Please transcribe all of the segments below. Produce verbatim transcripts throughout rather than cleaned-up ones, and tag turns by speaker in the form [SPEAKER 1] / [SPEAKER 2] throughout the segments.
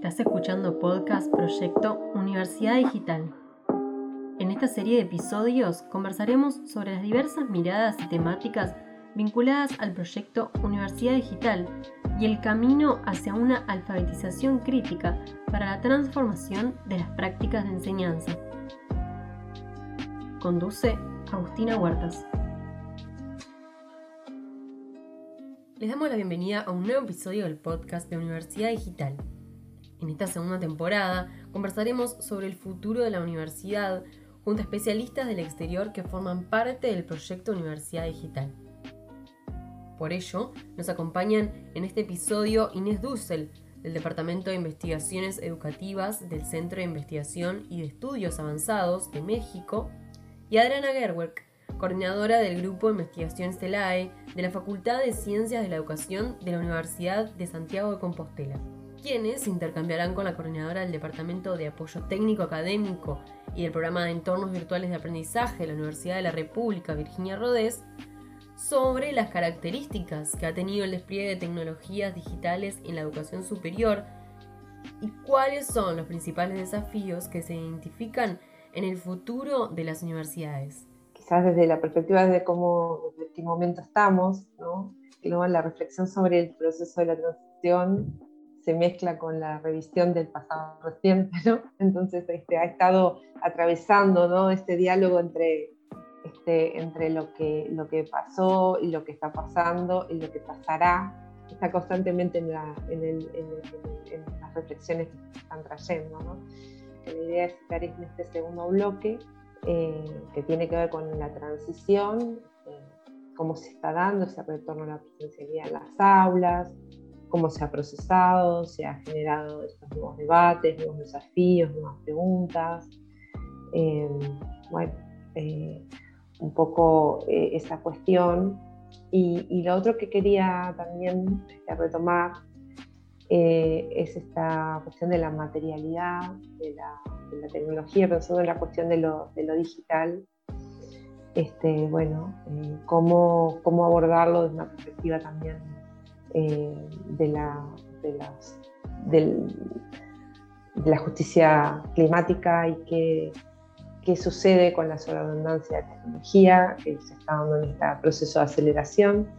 [SPEAKER 1] Estás escuchando podcast Proyecto Universidad Digital. En esta serie de episodios conversaremos sobre las diversas miradas y temáticas vinculadas al proyecto Universidad Digital y el camino hacia una alfabetización crítica para la transformación de las prácticas de enseñanza. Conduce Agustina Huertas. Les damos la bienvenida a un nuevo episodio del podcast de Universidad Digital. En esta segunda temporada conversaremos sobre el futuro de la universidad junto a especialistas del exterior que forman parte del proyecto Universidad Digital. Por ello, nos acompañan en este episodio Inés Dussel, del Departamento de Investigaciones Educativas del Centro de Investigación y de Estudios Avanzados de México, y Adriana Gerwerk, coordinadora del Grupo de Investigación STELAE de la Facultad de Ciencias de la Educación de la Universidad de Santiago de Compostela, quienes intercambiarán con la coordinadora del Departamento de Apoyo Técnico Académico y del Programa de Entornos Virtuales de Aprendizaje de la Universidad de la República, Virginia Rodés, sobre las características que ha tenido el despliegue de tecnologías digitales en la educación superior y cuáles son los principales desafíos que se identifican en el futuro de las universidades.
[SPEAKER 2] Quizás desde la perspectiva de cómo, desde qué momento estamos, ¿no? Y luego la reflexión sobre el proceso de la transición se mezcla con la revisión del pasado reciente, ¿no? Entonces este, ha estado atravesando, ¿no?, este diálogo entre, este, entre lo, que, lo que pasó y lo que está pasando y lo que pasará, está constantemente en, la, en, el, en, el, en las reflexiones que se están trayendo, ¿no? La idea es estar en este segundo bloque eh, que tiene que ver con la transición, eh, cómo se está dando ese retorno a la presencialidad en las aulas, cómo se ha procesado, se ha generado estos nuevos debates, nuevos desafíos, nuevas preguntas. Eh, bueno, eh, un poco eh, esa cuestión. Y, y lo otro que quería también este, retomar eh, es esta cuestión de la materialidad, de la, de la tecnología, pero sobre la cuestión de lo, de lo digital. Este, bueno, eh, cómo, cómo abordarlo desde una perspectiva también Eh, de, la, de, las, del, de la justicia climática y qué, qué sucede con la sobreabundancia de tecnología que se está dando en este proceso de aceleración.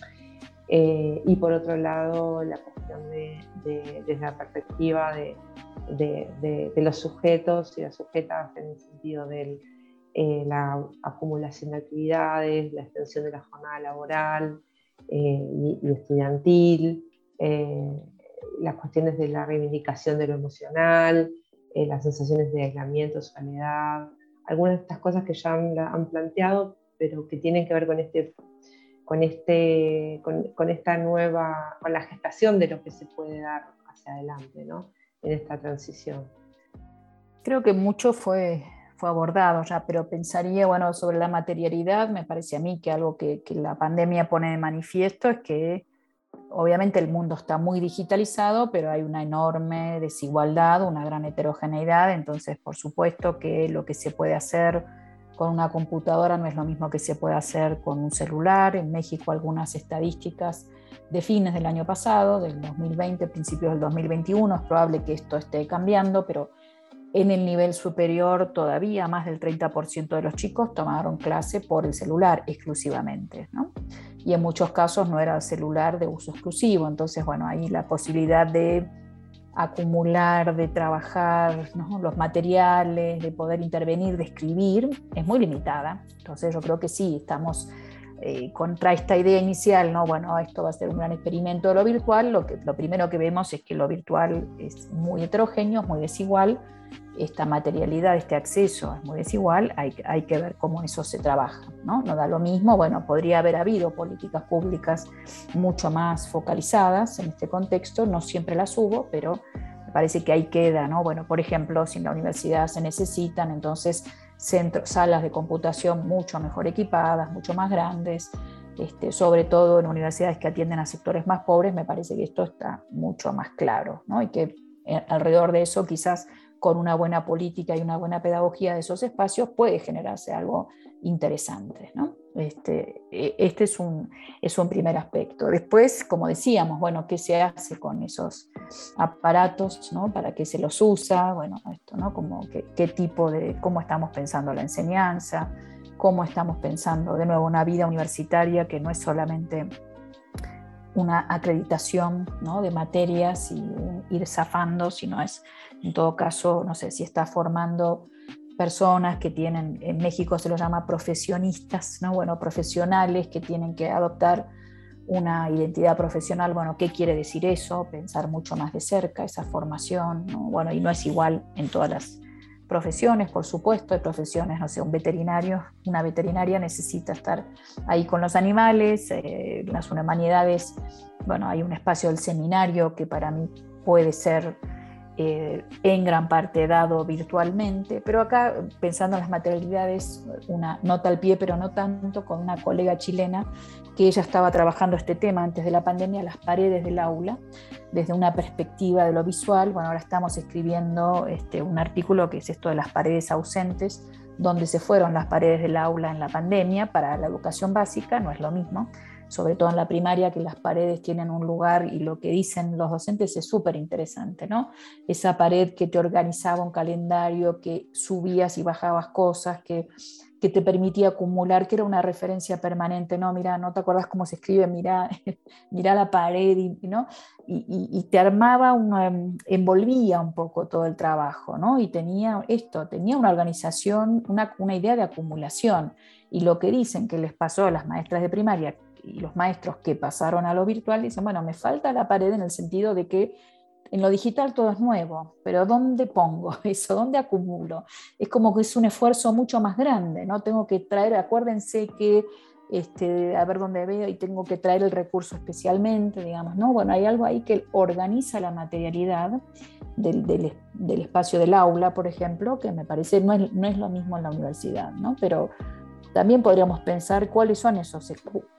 [SPEAKER 2] Eh, y por otro lado, la cuestión de, de, desde la perspectiva de, de, de, de los sujetos y las sujetas en el sentido de eh, la acumulación de actividades, la extensión de la jornada laboral, Eh, y, y estudiantil, eh, las cuestiones de la reivindicación de lo emocional, eh, las sensaciones de aislamiento, soledad, algunas de estas cosas que ya han, han planteado, pero que tienen que ver con, este, con, este, con, con esta nueva, con la gestación de lo que se puede dar hacia adelante, ¿no?, en esta transición.
[SPEAKER 3] Creo que mucho fue... fue abordado ya, pero pensaría, bueno, sobre la materialidad, me parece a mí que algo que, que la pandemia pone de manifiesto es que obviamente el mundo está muy digitalizado, pero hay una enorme desigualdad, una gran heterogeneidad, entonces por supuesto que lo que se puede hacer con una computadora no es lo mismo que se puede hacer con un celular. En México algunas estadísticas de fines del año pasado, del dos mil veinte, principios del dos mil veintiuno, es probable que esto esté cambiando, pero en el nivel superior todavía más del treinta por ciento de los chicos tomaron clase por el celular exclusivamente, ¿no? Y en muchos casos no era celular de uso exclusivo, entonces bueno, ahí la posibilidad de acumular, de trabajar, ¿no?, los materiales, de poder intervenir, de escribir, es muy limitada. Entonces yo creo que sí, estamos eh, contra esta idea inicial, ¿no? Bueno, esto va a ser un gran experimento de lo virtual. Lo, que, lo primero que vemos es que lo virtual es muy heterogéneo, muy desigual. Esta materialidad, este acceso es muy desigual, hay, hay que ver cómo eso se trabaja, ¿no? No da lo mismo, bueno, podría haber habido políticas públicas mucho más focalizadas en este contexto, no siempre las hubo, pero me parece que ahí queda, ¿no? Bueno, por ejemplo, si en la universidad se necesitan, entonces centros, salas de computación mucho mejor equipadas, mucho más grandes, este, sobre todo en universidades que atienden a sectores más pobres, me parece que esto está mucho más claro, ¿no? Y que eh, alrededor de eso quizás con una buena política y una buena pedagogía de esos espacios puede generarse algo interesante, ¿no? Este, este es, un, es un primer aspecto. Después, como decíamos, bueno, ¿qué se hace con esos aparatos, ¿no? ¿Para qué se los usa? Bueno, esto, ¿no? Como qué, qué tipo de, cómo estamos pensando la enseñanza, cómo estamos pensando, de nuevo, una vida universitaria que no es solamente una acreditación, ¿no? De materias y ir zafando, sino es, en todo caso, no sé, si está formando personas que tienen, en México se los llama profesionistas, ¿no? Bueno, profesionales que tienen que adoptar una identidad profesional. Bueno, ¿qué quiere decir eso? Pensar mucho más de cerca esa formación, ¿no? Bueno, y no es igual en todas las profesiones, por supuesto. Hay profesiones, no sé, un veterinario, una veterinaria necesita estar ahí con los animales, eh, las humanidades, bueno, hay un espacio del seminario que para mí puede ser eh, en gran parte dado virtualmente, pero acá, pensando en las materialidades, una nota al pie, pero no tanto, con una colega chilena que ella estaba trabajando este tema antes de la pandemia, las paredes del aula, desde una perspectiva de lo visual. Bueno, ahora estamos escribiendo este, un artículo que es esto de las paredes ausentes, donde se fueron las paredes del aula en la pandemia para la educación básica. No es lo mismo, sobre todo en la primaria, que las paredes tienen un lugar, y lo que dicen los docentes es súper interesante, ¿no? Esa pared que te organizaba un calendario, que subías y bajabas cosas, que, que te permitía acumular, que era una referencia permanente, ¿no? Mira, ¿no te acuerdas cómo se escribe? Mira, mira la pared, y, ¿no? Y, y, y te armaba, una, envolvía un poco todo el trabajo, ¿no? Y tenía esto, tenía una organización, una, una idea de acumulación. Y lo que dicen que les pasó a las maestras de primaria y los maestros que pasaron a lo virtual, dicen, bueno, me falta la pared en el sentido de que en lo digital todo es nuevo, pero ¿dónde pongo eso? ¿Dónde acumulo? Es como que es un esfuerzo mucho más grande, ¿no? Tengo que traer, acuérdense que, este, a ver dónde veo, y tengo que traer el recurso especialmente, digamos, ¿no? Bueno, hay algo ahí que organiza la materialidad del, del, del espacio del aula, por ejemplo, que me parece, no es, no es lo mismo en la universidad, ¿no? Pero también podríamos pensar cuáles son esos,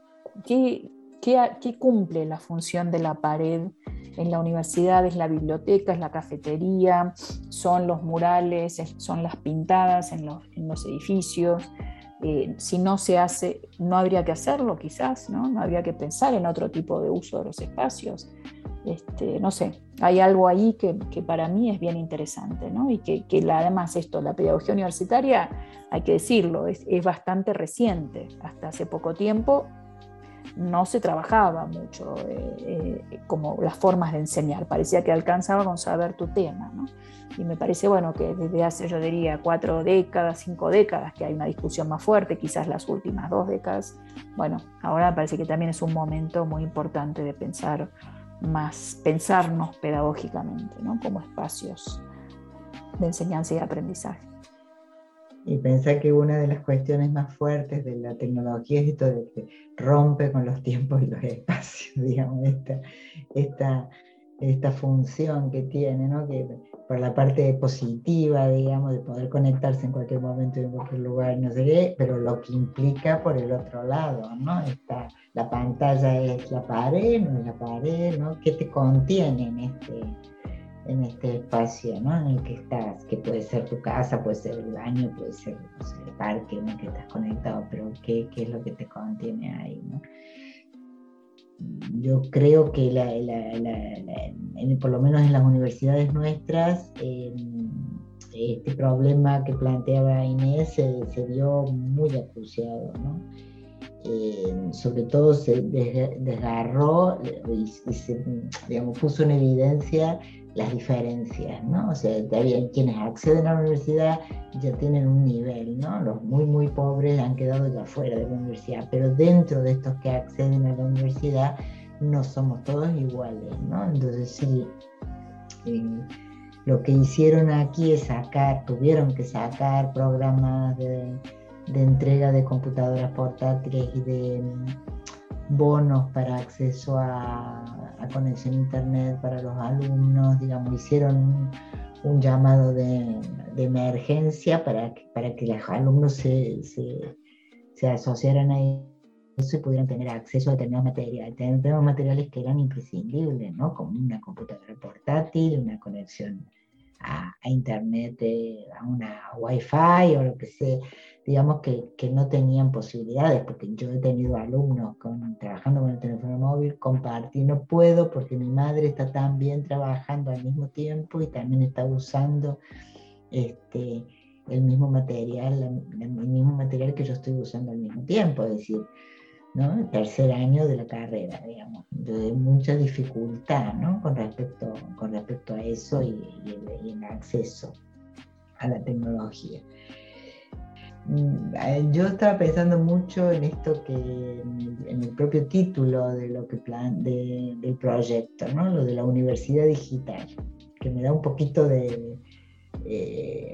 [SPEAKER 3] qué, qué, qué cumple la función de la pared en la universidad. Es la biblioteca, es la cafetería, son los murales, son las pintadas en los, en los edificios. Eh, si no se hace, no habría que hacerlo quizás, ¿no? No habría que pensar en otro tipo de uso de los espacios. Este, no sé, hay algo ahí que, que para mí es bien interesante, ¿no? Y que, que la, además esto, la pedagogía universitaria, hay que decirlo, es, es bastante reciente. Hasta hace poco tiempo no se trabajaba mucho eh, eh, como las formas de enseñar, parecía que alcanzaba con saber tu tema, ¿no? Y me parece, bueno, que desde hace, yo diría, cuatro décadas, cinco décadas, que hay una discusión más fuerte, quizás las últimas dos décadas, bueno, ahora me parece que también es un momento muy importante de pensar más, pensarnos pedagógicamente, ¿no? Como espacios de enseñanza y aprendizaje.
[SPEAKER 4] Y pensar que una de las cuestiones más fuertes de la tecnología es esto de que rompe con los tiempos y los espacios, digamos, esta, esta, esta función que tiene, ¿no? Que por la parte positiva, digamos, de poder conectarse en cualquier momento y en cualquier lugar, no sé qué, pero lo que implica por el otro lado, ¿no? Esta, la pantalla es la pared, no es la pared, ¿no? ¿Qué te contiene en este... en este espacio, ¿no? En el que estás, que puede ser tu casa, puede ser el baño, puede ser, no sé, el parque en el que estás conectado, pero ¿qué, qué es lo que te contiene ahí, ¿no? Yo creo que la, la, la, la, en, por lo menos en las universidades nuestras, eh, este problema que planteaba Inés se, se vio muy acuciado, ¿no? Eh, sobre todo se desgarró y, y se, digamos, puso en evidencia las diferencias, ¿no? O sea, había quienes acceden a la universidad ya tienen un nivel, ¿no? Los muy, muy pobres han quedado ya fuera de la universidad, pero dentro de estos que acceden a la universidad no somos todos iguales, ¿no? Entonces sí, eh, lo que hicieron aquí es sacar, tuvieron que sacar programas de, de entrega de computadoras portátiles y de bonos para acceso a, a conexión a internet para los alumnos, digamos, hicieron un, un llamado de, de emergencia para que, para que los alumnos se, se, se asociaran a eso y pudieran tener acceso a determinados materiales, determinados materiales que eran imprescindibles, ¿no? Como una computadora portátil, una conexión a, a internet, eh, a una wifi o lo que sea, digamos que, que no tenían posibilidades, porque yo he tenido alumnos con, trabajando con el teléfono móvil, compartir no puedo porque mi madre está también trabajando al mismo tiempo y también está usando este, el mismo material, la, el mismo material que yo estoy usando al mismo tiempo, es decir, ¿no? El tercer año de la carrera, digamos. Entonces, mucha dificultad, ¿no? con, respecto, con respecto a eso y, y, el, y el acceso a la tecnología. Yo estaba pensando mucho en esto que en el, en el propio título de lo que plan, de, del proyecto, ¿no? Lo de la universidad digital, que me da un poquito de, eh,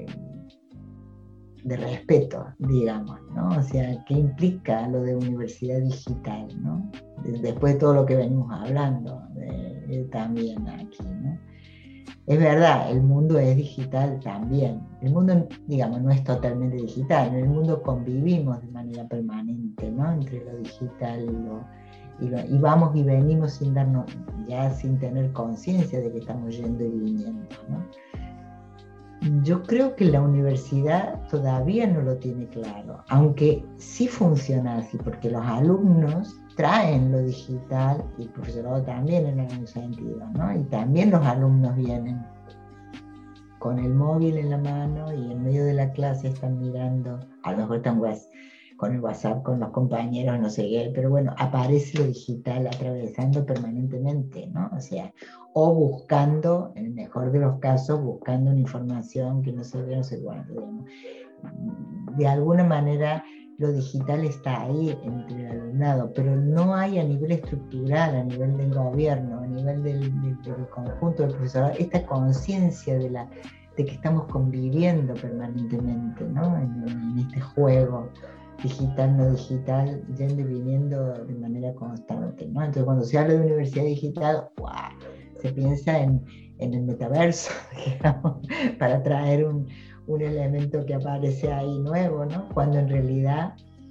[SPEAKER 4] de respeto, digamos, ¿no? O sea, ¿qué implica lo de universidad digital, ¿no? Después de todo lo que venimos hablando de, de también aquí, ¿no? Es verdad, el mundo es digital también. El mundo, digamos, no es totalmente digital. En el mundo convivimos de manera permanente, ¿no? Entre lo digital y lo, y lo... Y vamos y venimos sin darnos, ya sin tener conciencia de que estamos yendo y viniendo, ¿no? Yo creo que la universidad todavía no lo tiene claro, aunque sí funciona así, porque los alumnos traen lo digital y el profesorado también en algún sentido, ¿no? Y también los alumnos vienen con el móvil en la mano y en medio de la clase están mirando, a lo mejor están con el WhatsApp con los compañeros, no sé qué, pero bueno, aparece lo digital atravesando permanentemente, ¿no? O sea, o buscando, en el mejor de los casos, buscando una información que no se ve, no sé cuánto, digamos. De alguna manera lo digital está ahí entre el alumnado, pero no hay a nivel estructural, a nivel del gobierno, a nivel del, del, del conjunto del profesorado, esta conciencia de, la, de que estamos conviviendo permanentemente, ¿no? en, en este juego digital, no digital, yendo y viniendo de manera constante, ¿no? Entonces cuando se habla de universidad digital, ¡wow!, se piensa en, en el metaverso, digamos, para traer un, un elemento que aparece ahí nuevo, ¿no? Cuando en realidad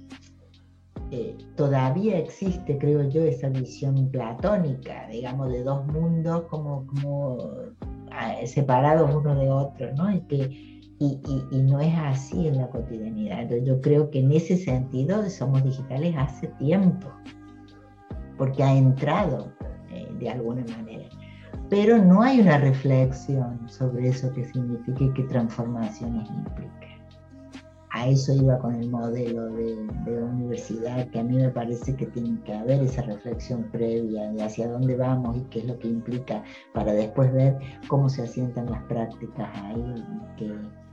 [SPEAKER 4] eh, todavía existe, creo yo, esa visión platónica, digamos, de dos mundos como, como ah, separados uno de otro, ¿no? Y, que, y, y, y no es así en la cotidianidad. Entonces yo creo que en ese sentido somos digitales hace tiempo, porque ha entrado eh, de alguna manera. Pero no hay una reflexión sobre eso que significa y qué transformaciones implica. A eso iba con el modelo de, de universidad, que a mí me parece que tiene que haber esa reflexión previa de hacia dónde vamos y qué es lo que implica, para después ver cómo se asientan las prácticas ahí. Que,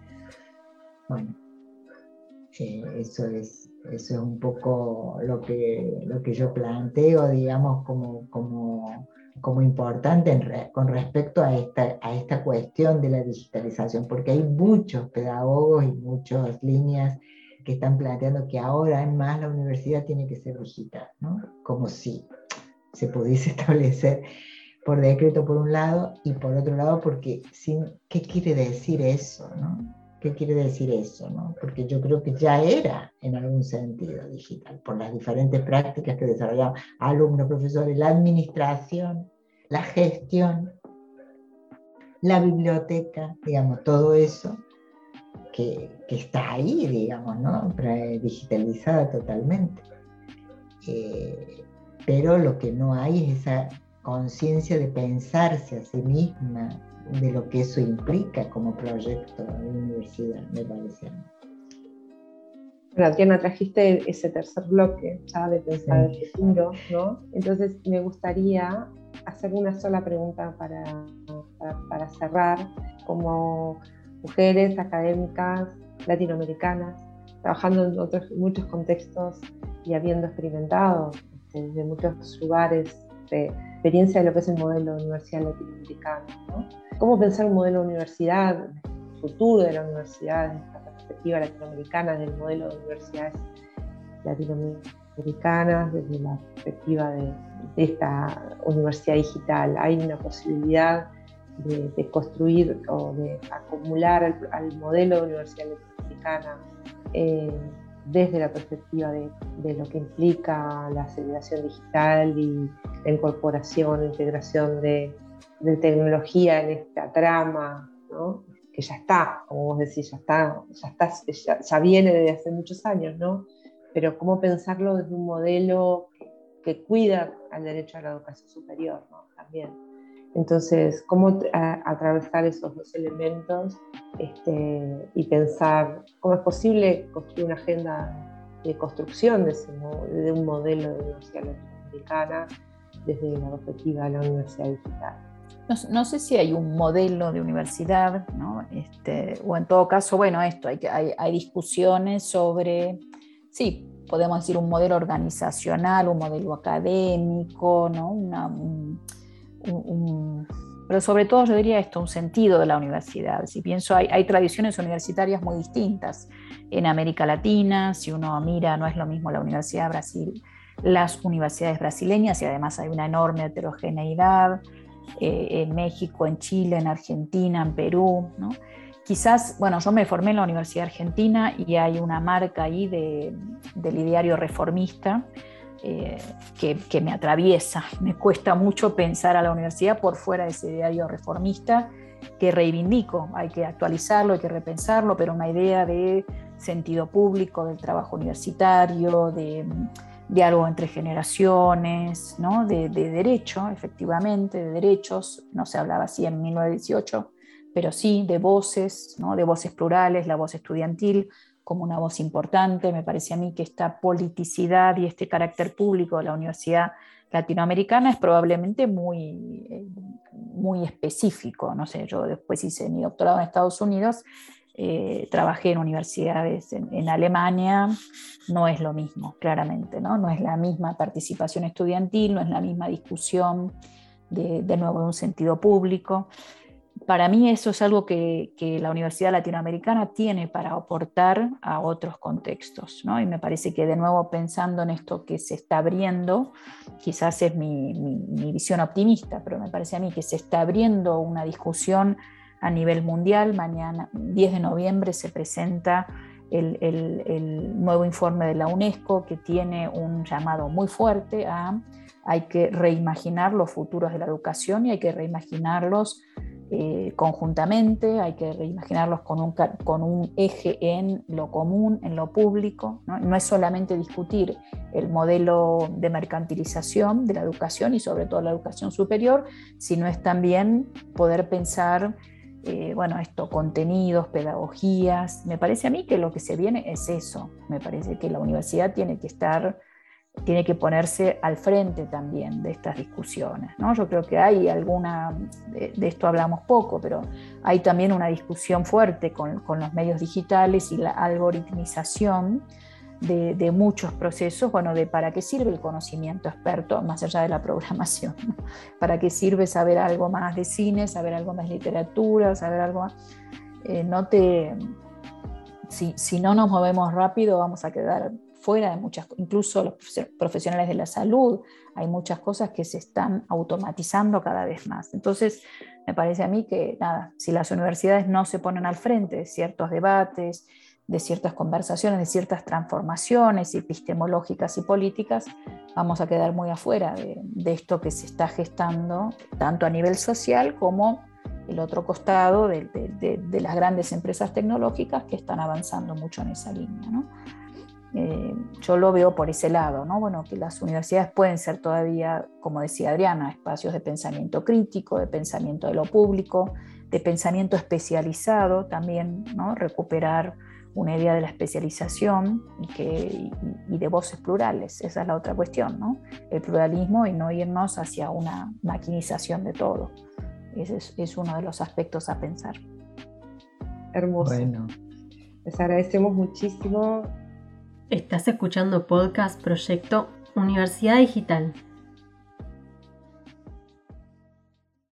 [SPEAKER 4] bueno, eh, eso, es, eso es un poco lo que, lo que yo planteo, digamos, como... como como importante en re, con respecto a esta, a esta cuestión de la digitalización, porque hay muchos pedagogos y muchas líneas que están planteando que ahora en más la universidad tiene que ser digital, ¿no? Como si se pudiese establecer por decreto por un lado y por otro lado porque sin, ¿qué quiere decir eso, no? ¿Qué quiere decir eso, no? Porque yo creo que ya era en algún sentido digital, por las diferentes prácticas que desarrollaban alumnos, profesores, la administración, la gestión, la biblioteca, digamos, todo eso que, que está ahí, digamos, ¿no? Digitalizada totalmente. Eh, pero lo que no hay es esa conciencia de pensarse a sí misma, de lo que eso implica como proyecto de universidad, me parece.
[SPEAKER 2] Bueno, Adriana, trajiste ese tercer bloque ya de pensar sí. el futuro, ¿no? Entonces me gustaría hacer una sola pregunta para, para, para cerrar. Como mujeres académicas latinoamericanas, trabajando en otros, muchos contextos y habiendo experimentado este, desde muchos lugares de experiencia de lo que es el modelo de universidad latinoamericano, ¿no? ¿Cómo pensar un modelo de universidad, el futuro de la universidad, desde esta perspectiva latinoamericana, del modelo de universidades latinoamericanas, desde la perspectiva de, de esta universidad digital? ¿Hay una posibilidad de, de construir o de acumular al, al modelo de universidad latinoamericana eh, desde la perspectiva de, de lo que implica la aceleración digital y la incorporación, la integración de, de tecnología en esta trama, ¿no? que ya está, como vos decís, ya está, ya, está, ya, ya viene desde hace muchos años, ¿no? Pero cómo pensarlo desde un modelo que, que cuida al derecho a la educación superior, ¿no? También. Entonces, cómo a, atravesar esos dos elementos este, y pensar cómo es posible construir una agenda de construcción de, ese, de un modelo de universidad latinoamericana desde la perspectiva de la universidad digital.
[SPEAKER 3] No, no sé si hay un modelo de universidad, ¿no? Este, o en todo caso, bueno, esto, hay, hay, hay discusiones sobre, sí, podemos decir un modelo organizacional, un modelo académico, ¿no? Una, un, un, un, pero sobre todo yo diría esto, un sentido de la universidad. Si pienso, hay, hay tradiciones universitarias muy distintas en América Latina. Si uno mira, no es lo mismo la Universidad de Brasil, las universidades brasileñas, y además hay una enorme heterogeneidad. Eh, en México, en Chile, en Argentina, en Perú, ¿no? Quizás, bueno, yo me formé en la Universidad Argentina y hay una marca ahí de, del ideario reformista eh, que, que me atraviesa. Me cuesta mucho pensar a la universidad por fuera de ese ideario reformista que reivindico. Hay que actualizarlo, hay que repensarlo, pero una idea de sentido público, del trabajo universitario, de diálogo entre generaciones, ¿no? de, de derecho, efectivamente, de derechos. No se hablaba así en mil novecientos dieciocho, pero sí de voces, ¿no? De voces plurales, la voz estudiantil como una voz importante. Me parece a mí que esta politicidad y este carácter público de la universidad latinoamericana es probablemente muy, muy específico. No sé, yo después hice mi doctorado en Estados Unidos. Eh, trabajé en universidades en, en Alemania, no es lo mismo, claramente, ¿no? No es la misma participación estudiantil, no es la misma discusión de, de nuevo de un sentido público. Para mí eso es algo que, que la Universidad Latinoamericana tiene para aportar a otros contextos, ¿no? Y me parece que de nuevo pensando en esto que se está abriendo, quizás es mi, mi, mi visión optimista, pero me parece a mí que se está abriendo una discusión a nivel mundial. Mañana, diez de noviembre, se presenta el, el, el nuevo informe de la UNESCO que tiene un llamado muy fuerte a hay que reimaginar los futuros de la educación y hay que reimaginarlos eh, conjuntamente, hay que reimaginarlos con un, con un eje en lo común, en lo público, ¿no? No es solamente discutir el modelo de mercantilización de la educación y sobre todo la educación superior, sino es también poder pensar Eh, bueno, esto, contenidos, pedagogías. Me parece a mí que lo que se viene es eso. Me parece que la universidad tiene que estar, tiene que ponerse al frente también de estas discusiones, ¿no? Yo creo que hay alguna, de, de esto hablamos poco, pero hay también una discusión fuerte con, con los medios digitales y la algoritmización De, de muchos procesos, bueno, de para qué sirve el conocimiento experto, más allá de la programación, ¿no? ¿Para qué sirve saber algo más de cine, saber algo más de literatura, saber algo más? Eh, no te, si, si no nos movemos rápido vamos a quedar fuera de muchas cosas, incluso los profesionales de la salud, hay muchas cosas que se están automatizando cada vez más. Entonces, me parece a mí que, nada, si las universidades no se ponen al frente de ciertos debates, de ciertas conversaciones, de ciertas transformaciones epistemológicas y políticas, vamos a quedar muy afuera de, de esto que se está gestando, tanto a nivel social como el otro costado de, de, de, de las grandes empresas tecnológicas que están avanzando mucho en esa línea, ¿no? Eh, yo lo veo por ese lado, ¿no? Bueno, que las universidades pueden ser todavía, como decía Adriana, espacios de pensamiento crítico, de pensamiento de lo público, de pensamiento especializado también, ¿no? Recuperar una idea de la especialización y, que, y, y de voces plurales. Esa es la otra cuestión, ¿no? El pluralismo y no irnos hacia una maquinización de todo. Ese es, es uno de los aspectos a pensar.
[SPEAKER 2] Hermoso.
[SPEAKER 4] Bueno.
[SPEAKER 2] Les agradecemos muchísimo.
[SPEAKER 1] Estás escuchando podcast Proyecto Universidad Digital.